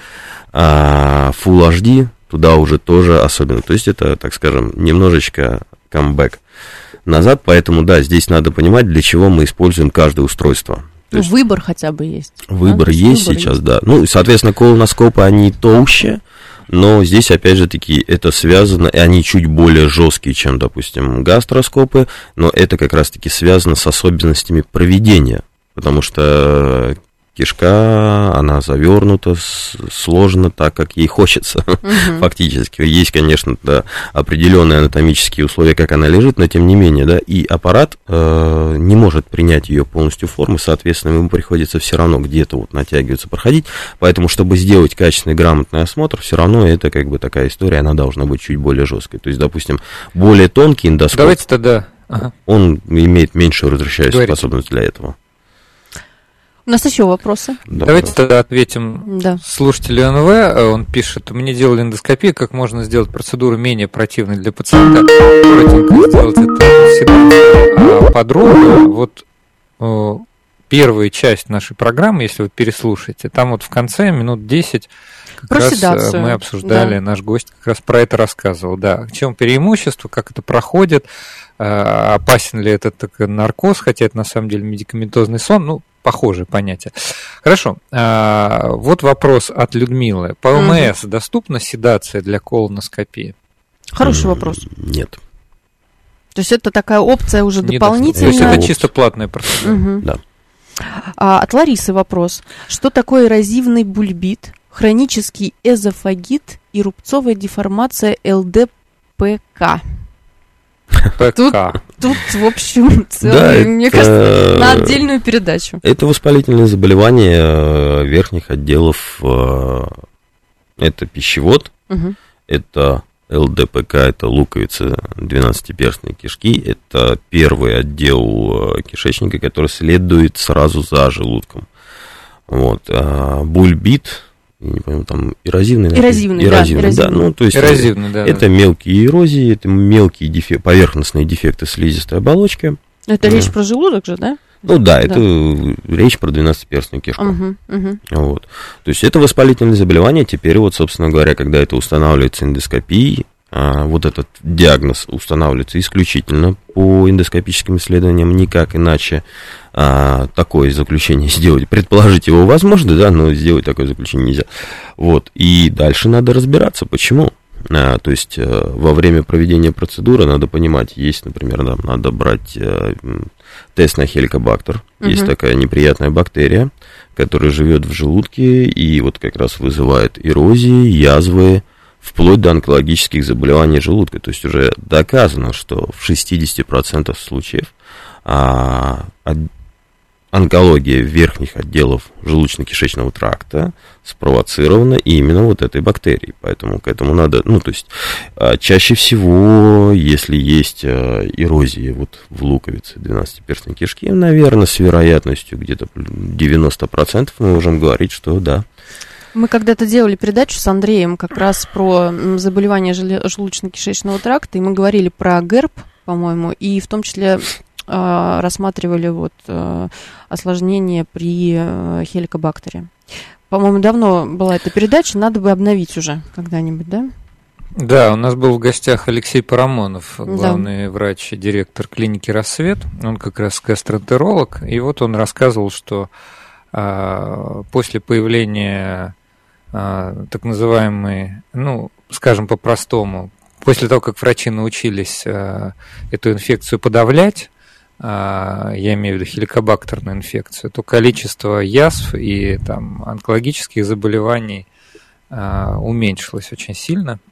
А Full эйч ди туда уже тоже особенно. То есть это, так скажем, немножечко камбэк назад, поэтому, да, здесь надо понимать, для чего мы используем каждое устройство. Ну, есть, выбор хотя бы есть. Выбор да? есть выбор сейчас, есть. да. Ну, соответственно, колоноскопы, они толще, но здесь, опять же таки, это связано, и они чуть более жесткие, чем, допустим, гастроскопы, но это как раз-таки связано с особенностями проведения, потому что кишка, она завернута, сложена так, как ей хочется, uh-huh. фактически. Есть, конечно, да, определенные анатомические условия, как она лежит, но тем не менее, да, и аппарат э, не может принять ее полностью формы, соответственно, ему приходится все равно где-то вот натягиваться, проходить, поэтому, чтобы сделать качественный, грамотный осмотр, все равно это как бы такая история, она должна быть чуть более жесткой. То есть, допустим, более тонкий эндоскоп, давайте тогда, ага. он имеет меньшую разрешающую Говорите. способность для этого. У нас еще вопросы. Да, Давайте тогда ответим да. слушателю эн вэ. Он пишет: мне делали эндоскопию, как можно сделать процедуру менее противной для пациента, коротенько сделать это всегда. А подробно, вот о, первая часть нашей программы, если вы переслушаете, там вот в конце минут десять как про раз седацию. Мы обсуждали, да. Наш гость как раз про это рассказывал. Да, в чем преимущество, как это проходит, опасен ли этот так, наркоз, хотя это на самом деле медикаментозный сон, ну, похожее понятие. Хорошо. А, вот вопрос от Людмилы. По ОМС угу. доступна седация для колоноскопии? Хороший вопрос. Нет. То есть это такая опция уже Не дополнительная? То есть это чисто платная процедура? Угу. Да. А, от Ларисы вопрос. Что такое эрозивный бульбит, хронический эзофагит и рубцовая деформация эл дэ пэ ка? Тут, тут, в общем, целый, да, мне это... кажется, на отдельную передачу. Это воспалительное заболевание верхних отделов. Это пищевод, угу. это эл дэ пэ ка, это луковица двенадцатиперстной кишки, это первый отдел кишечника, который следует сразу за желудком. Вот. А бульбит, я не помню, там эрозивный. Эрозивный, эрозивный, да. Эрозивный. Да, ну, то есть эрозивный, да, это да. мелкие эрозии, это мелкие дефек, поверхностные дефекты слизистой оболочки. Это да. речь про желудок же, да? Ну да, да. это речь про двенадцатиперстную кишку. Угу, угу. Вот. То есть это воспалительное заболевание. Теперь вот, собственно говоря, когда это устанавливается эндоскопией, а, вот этот диагноз устанавливается исключительно по эндоскопическим исследованиям, никак иначе а, такое заключение сделать. Предположить его возможно, да, но сделать такое заключение нельзя. Вот. И дальше надо разбираться, почему. А, то есть а, во время проведения процедуры надо понимать, есть, например, нам надо брать а, тест на хеликобактер. Uh-huh. Есть такая неприятная бактерия, которая живет в желудке и вот как раз вызывает эрозии, язвы, вплоть до онкологических заболеваний желудка. То есть уже доказано, что в шестьдесят процентов случаев а, онкология верхних отделов желудочно-кишечного тракта спровоцирована именно вот этой бактерией. Поэтому к этому надо, ну, то есть чаще всего, если есть эрозия вот в луковице двенадцатиперстной кишки, наверное, с вероятностью где-то девяносто процентов мы можем говорить, что да. Мы когда-то делали передачу с Андреем как раз про заболевания желудочно-кишечного тракта, и мы говорили про герпес, по-моему, и в том числе э, рассматривали вот, э, осложнения при э, хеликобактере. По-моему, давно была эта передача, надо бы обновить уже когда-нибудь, да? Да, у нас был в гостях Алексей Парамонов, главный да. врач и директор клиники «Рассвет». Он как раз гастроэнтеролог, и вот он рассказывал, что э, после появления так называемые, ну, скажем по-простому, после того, как врачи научились а, эту инфекцию подавлять, а, я имею в виду хеликобактерную инфекцию, то количество язв и там, онкологических заболеваний а, уменьшилось очень сильно,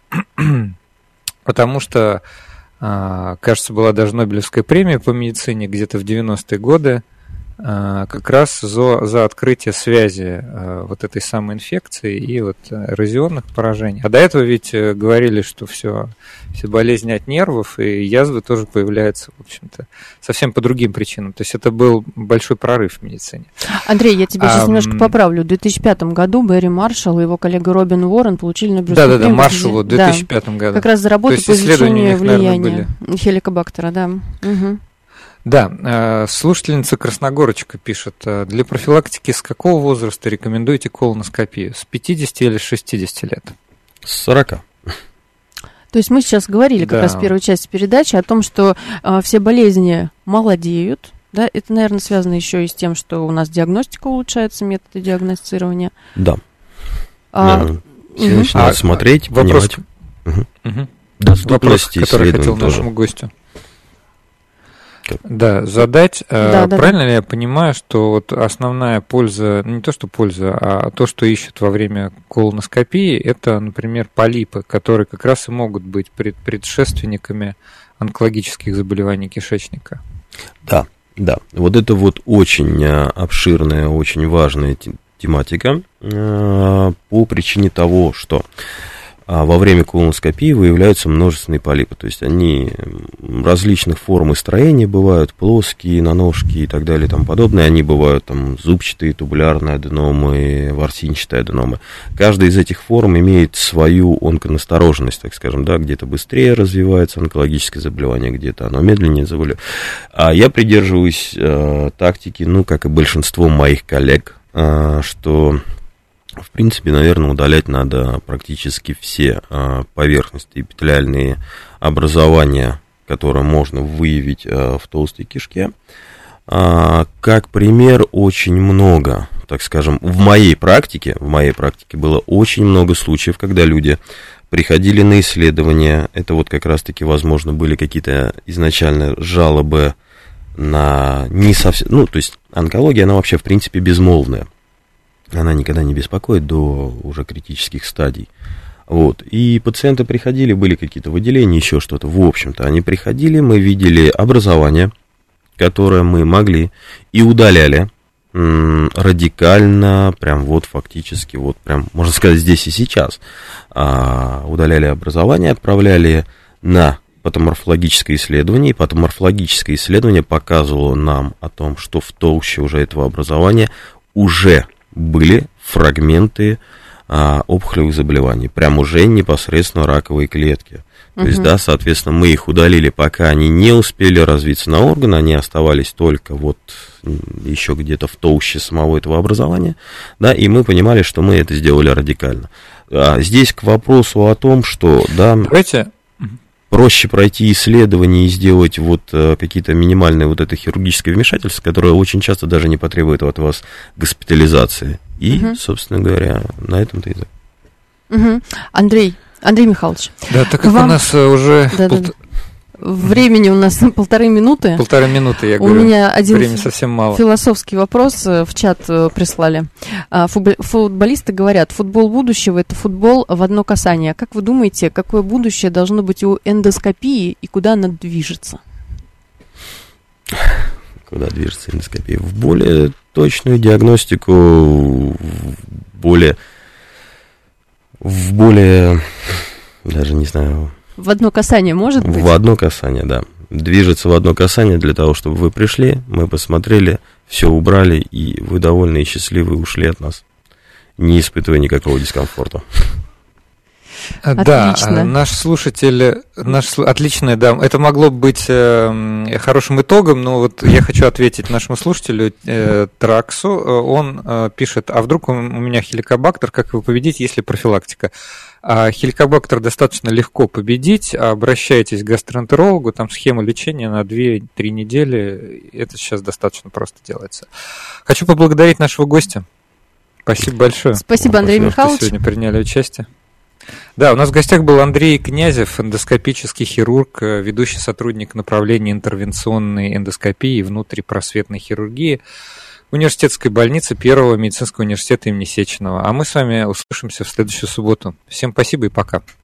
потому что, а, кажется, была даже Нобелевская премия по медицине где-то в девяностые годы, как раз за, за открытие связи а, вот этой самой инфекции и вот эрозионных поражений. А до этого ведь говорили, что все, все болезни от нервов и язвы тоже появляются, в общем-то, совсем по другим причинам. То есть это был большой прорыв в медицине. Андрей, я тебя сейчас а, немножко поправлю. В две тысячи пятом году Берри Маршалл и его коллега Робин Уоррен получили Нобелевскую премию. Да-да-да, Маршаллу в две тысячи пятом да, году. Как раз за работу по изучению влияния хеликобактера, да. Угу. Да, слушательница Красногорочка пишет, для профилактики с какого возраста рекомендуете колоноскопию? С пятидесяти или с шестидесяти лет? С сорока. То есть мы сейчас говорили как Да. раз в первой части передачи о том, что э, все болезни молодеют. Да? Это, наверное, связано еще и с тем, что у нас диагностика улучшается, методы диагностирования. Да. А, Да. Все мгм. начинают А, смотреть, вопрос- понимать. Угу. Угу. Доступность Вопрос, который хотел исследований тоже. нашему гостю. Как? Да, задать. Да, э, да, Правильно ли я понимаю, что вот основная польза, ну, не то, что польза, а то, что ищут во время колоноскопии, это, например, полипы, которые как раз и могут быть пред- предшественниками онкологических заболеваний кишечника? Да, да. Вот это вот очень а, обширная, очень важная те- тематика а, по причине того, что а, во время колоноскопии выявляются множественные полипы. То есть они различных форм и строения бывают, плоские, на ножки и так далее и тому подобное. Они бывают там зубчатые, тубулярные аденомы, ворсинчатые аденомы. Каждая из этих форм имеет свою онконастороженность, так скажем, да, где-то быстрее развивается онкологическое заболевание, где-то оно медленнее заболевает. А я придерживаюсь э, тактики, ну, как и большинство моих коллег, э, что... В принципе, наверное, удалять надо практически все а, поверхности эпителиальные образования, которые можно выявить а, в толстой кишке. А, как пример, очень много, так скажем, в моей практике, в моей практике было очень много случаев, когда люди приходили на исследования. Это вот как раз-таки, возможно, были какие-то изначально жалобы на не совсем... Ну, то есть онкология, она вообще, в принципе, безмолвная. Она никогда не беспокоит до уже критических стадий. Вот. И пациенты приходили, были какие-то выделения, еще что-то. В общем-то, они приходили, мы видели образование, которое мы могли и удаляли м- радикально, прям вот фактически, вот прям, можно сказать, здесь и сейчас. А, удаляли образование, отправляли на патоморфологическое исследование, и патоморфологическое исследование показывало нам о том, что в толще уже этого образования уже были фрагменты а, опухолевых заболеваний, прям уже непосредственно раковые клетки. То Мгм. Uh-huh. есть, да, соответственно, мы их удалили, пока они не успели развиться на органы, они оставались только вот еще где-то в толще самого этого образования, да, и мы понимали, что мы это сделали радикально. А здесь к вопросу о том, что, да, Давайте... проще пройти исследование и сделать вот э, какие-то минимальные вот это хирургическое вмешательство, которое очень часто даже не потребует от вас госпитализации. И, Мгм. собственно говоря, на этом-то и так. Мгм. Андрей, Андрей Михайлович, Да, так как Вам- у нас э, уже Да, да, полт- времени у нас полторы минуты. полторы минуты, я У говорю, меня один времени совсем мало. философский вопрос э, в чат э, прислали. А, футбо- Футболисты говорят, футбол будущего – это футбол в одно касание. Как вы думаете, какое будущее должно быть у эндоскопии и куда она движется? Куда движется эндоскопия? В более точную диагностику, в более, в более, даже не знаю, В одно касание может быть? в одно касание, да. Движется в одно касание для того, чтобы вы пришли, мы посмотрели, все убрали, и вы довольны и счастливы ушли от нас, не испытывая никакого дискомфорта. А, Да, Отлично. а, наш слушатель, наш, слу- отличное, да, это могло быть э, хорошим итогом, но вот я хочу ответить нашему слушателю э, Траксу. Э, Он э, пишет, а вдруг у у меня хеликобактер, как его победить, если профилактика? А хеликобактер достаточно легко победить, обращайтесь к гастроэнтерологу, там схема лечения на две-три недели, это сейчас достаточно просто делается. Хочу поблагодарить нашего гостя. Спасибо большое. Спасибо, Андрей Спасибо, что Михайлович. сегодня приняли участие. Да, у нас в гостях был Андрей Князев, эндоскопический хирург, э, ведущий сотрудник направления интервенционной эндоскопии и внутрипросветной хирургии университетской больницы Первого медицинского университета имени Сеченова. А мы с вами услышимся в следующую субботу. Всем спасибо и пока.